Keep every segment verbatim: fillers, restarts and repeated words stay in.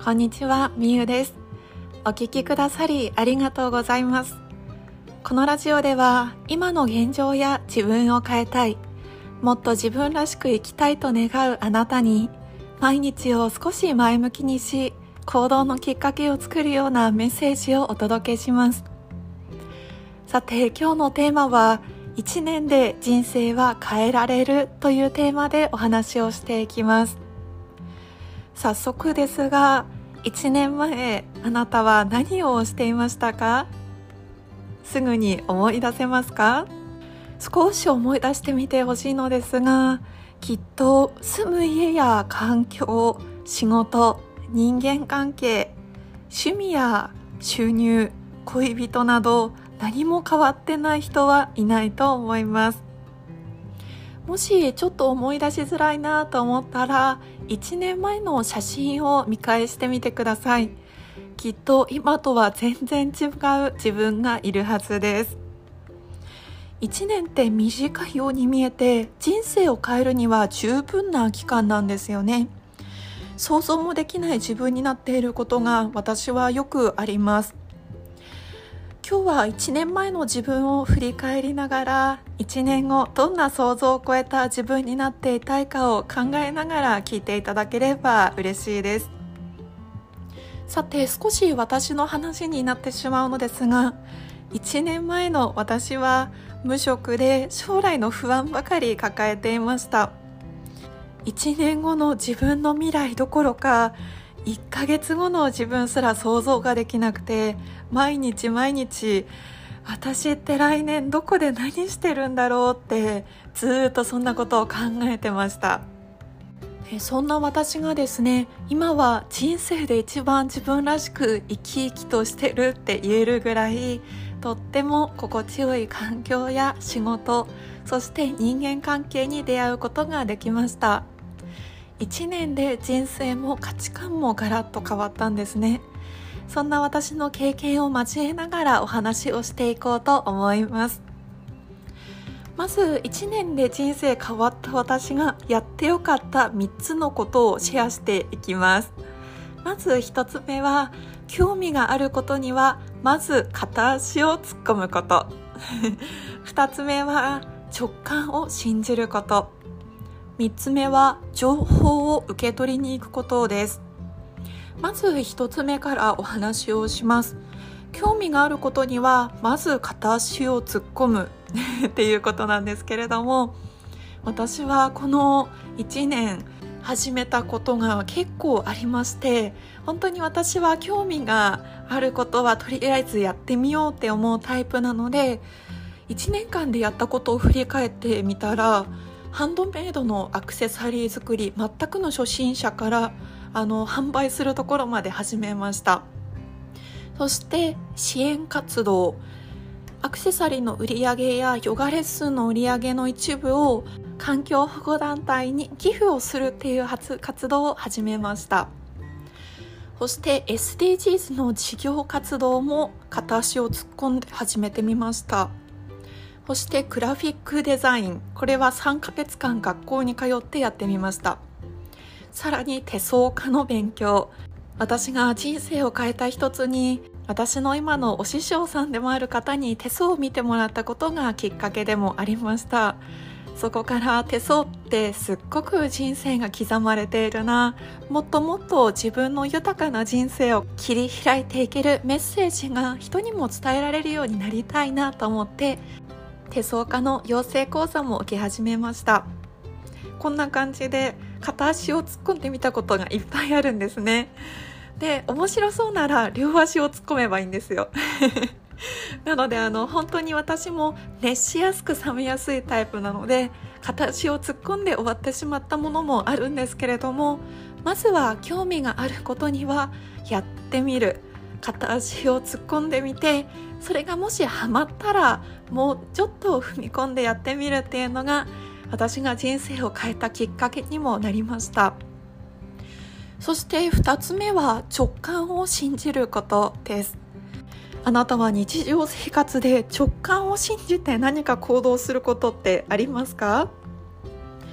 こんにちは、みゆです。お聞きくださりありがとうございます。このラジオでは今の現状や自分を変えたい、もっと自分らしく生きたいと願うあなたに、毎日を少し前向きにし行動のきっかけを作るようなメッセージをお届けします。さて、今日のテーマはいちねんで人生は変えられるというテーマでお話をしていきます。早速ですが、いちねんまえあなたは何をしていましたか？すぐに思い出せますか？少し思い出してみてほしいのですが、きっと住む家や環境、仕事、人間関係、趣味や収入、恋人など何も変わってない人はいないと思います。もしちょっと思い出しづらいなと思ったら、いちねんまえの写真を見返してみてください。きっと今とは全然違う自分がいるはずです。いちねんって短いように見えて、人生を変えるには十分な期間なんですよね。想像もできない自分になっていることが私はよくあります。今日はいちねんまえの自分を振り返りながら、いちねんごどんな想像を超えた自分になっていたいかを考えながら聞いていただければ嬉しいです。さて、少し私の話になってしまうのですが、いちねんまえの私は無職で将来の不安ばかり抱えていました。いちねんごの自分の未来どころか、いっかげつごの自分すら想像ができなくて、毎日毎日私って来年どこで何してるんだろうってずっとそんなことを考えてました。そんな私がですね、今は人生で一番自分らしく生き生きとしてるって言えるぐらい、とっても心地よい環境や仕事、そして人間関係に出会うことができました。いちねんで人生も価値観もガラッと変わったんですね。そんな私の経験を交えながらお話をしていこうと思います。まずいちねんで人生変わった私がやってよかったみっつのことをシェアしていきます。まずひとつめは、興味があることにはまず片足を突っ込むことふたつめは直感を信じること、みっつめは情報を受け取りに行くことです。まずひとつめからお話をします。興味があることにはまず片足を突っ込むっていうことなんですけれども、私はこのいちねん始めたことが結構ありまして、本当に私は興味があることはとりあえずやってみようって思うタイプなので、いちねんかんでやったことを振り返ってみたら、ハンドメイドのアクセサリー作り、全くの初心者からあの販売するところまで始めました。そして支援活動、アクセサリーの売り上げやヨガレッスンの売り上げの一部を環境保護団体に寄付をするっていう活動を始めました。そして エスディージーズ の事業活動も片足を突っ込んで始めてみました。そしてグラフィックデザイン、これはさんかげつかん学校に通ってやってみました。さらに手相家の勉強、私が人生を変えた一つに、私の今のお師匠さんでもある方に手相を見てもらったことがきっかけでもありました。そこから手相ってすっごく人生が刻まれているな、もっともっと自分の豊かな人生を切り開いていけるメッセージが人にも伝えられるようになりたいなと思って、手相家の養成講座も受け始めました。こんな感じで片足を突っ込んでみたことがいっぱいあるんですね。で、面白そうなら両足を突っ込めばいいんですよなのであの本当に私も熱しやすく冷めやすいタイプなので、片足を突っ込んで終わってしまったものもあるんですけれども、まずは興味があることにはやってみる、片足を突っ込んでみて、それがもしハマったらもうちょっと踏み込んでやってみるっていうのが、私が人生を変えたきっかけにもなりました。そしてふたつめは直感を信じることです。あなたは日常生活で直感を信じて何か行動することってありますか？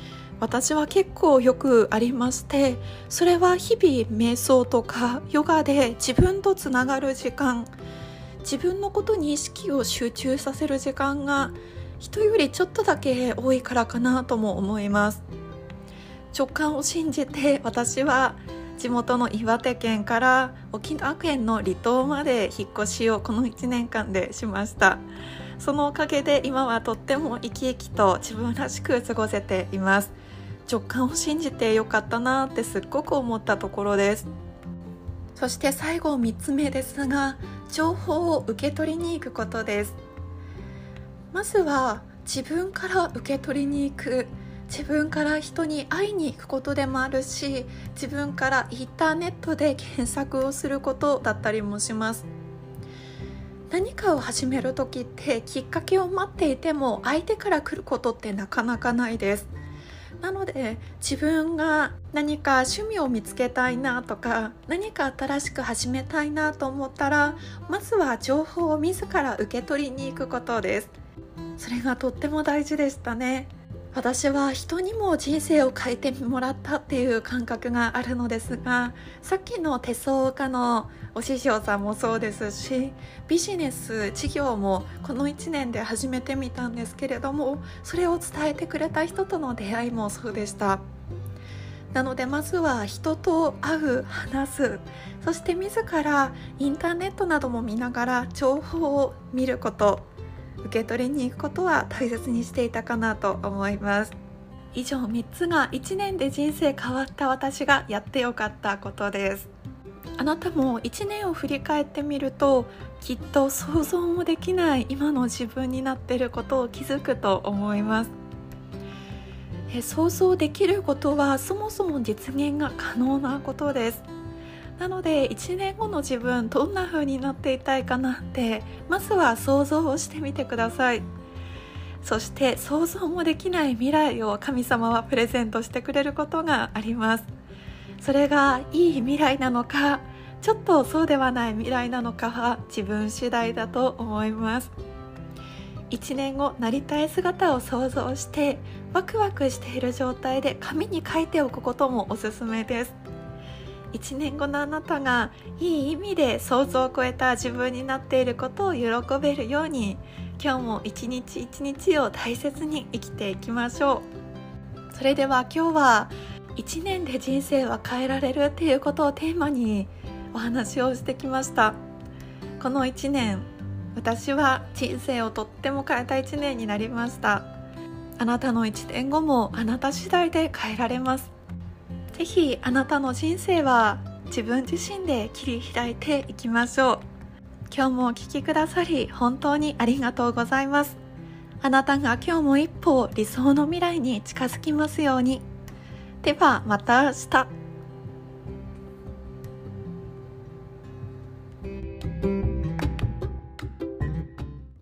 私は結構よくありまして、それは日々瞑想とかヨガで自分とつながる時間、自分のことに意識を集中させる時間が人よりちょっとだけ多いからかなとも思います。直感を信じて私は地元の岩手県から沖縄県の離島まで引っ越しをこのいちねんかんでしました。そのおかげで今はとっても生き生きと自分らしく過ごせています。直感を信じてよかったなってすっごく思ったところです。そして最後みっつめですが、情報を受け取りに行くことです。まずは自分から受け取りに行く、自分から人に会いに行くことでもあるし、自分からインターネットで検索をすることだったりもします。何かを始める時ってきっかけを待っていても相手から来ることってなかなかないです。なので自分が何か趣味を見つけたいなとか、何か新しく始めたいなと思ったら、まずは情報を自ら受け取りに行くことです。それがとっても大事でしたね。私は人にも人生を変えてもらったっていう感覚があるのですが、さっきの手相家のお師匠さんもそうですし、ビジネス事業もこのいちねんで始めてみたんですけれども、それを伝えてくれた人との出会いもそうでした。なのでまずは人と会う、話す、そして自らインターネットなども見ながら情報を見ること、受け取りに行くことは大切にしていたかなと思います。以上みっつがいちねんで人生変わった私がやってよかったことです。あなたもいちねんを振り返ってみると、きっと想像もできない今の自分になっていることを気づくと思います。え想像できることはそもそも実現が可能なことです。なのでいちねんごの自分どんな風になっていたいかなって、まずは想像をしてみてください。そして想像もできない未来を神様はプレゼントしてくれることがあります。それがいい未来なのか、ちょっとそうではない未来なのかは自分次第だと思います。いちねんごなりたい姿を想像してワクワクしている状態で紙に書いておくこともおすすめです。いちねんごのあなたがいい意味で想像を超えた自分になっていることを喜べるように、今日も一日一日を大切に生きていきましょう。それでは今日はいちねんで人生は変えられるっていうことをテーマにお話をしてきました。このいちねん、私は人生をとっても変えたいちねんになりました。あなたのいちねんごもあなた次第で変えられます。ぜひあなたの人生は自分自身で切り開いていきましょう。今日もお聞きくださり本当にありがとうございます。あなたが今日も一歩理想の未来に近づきますように。ではまた明日。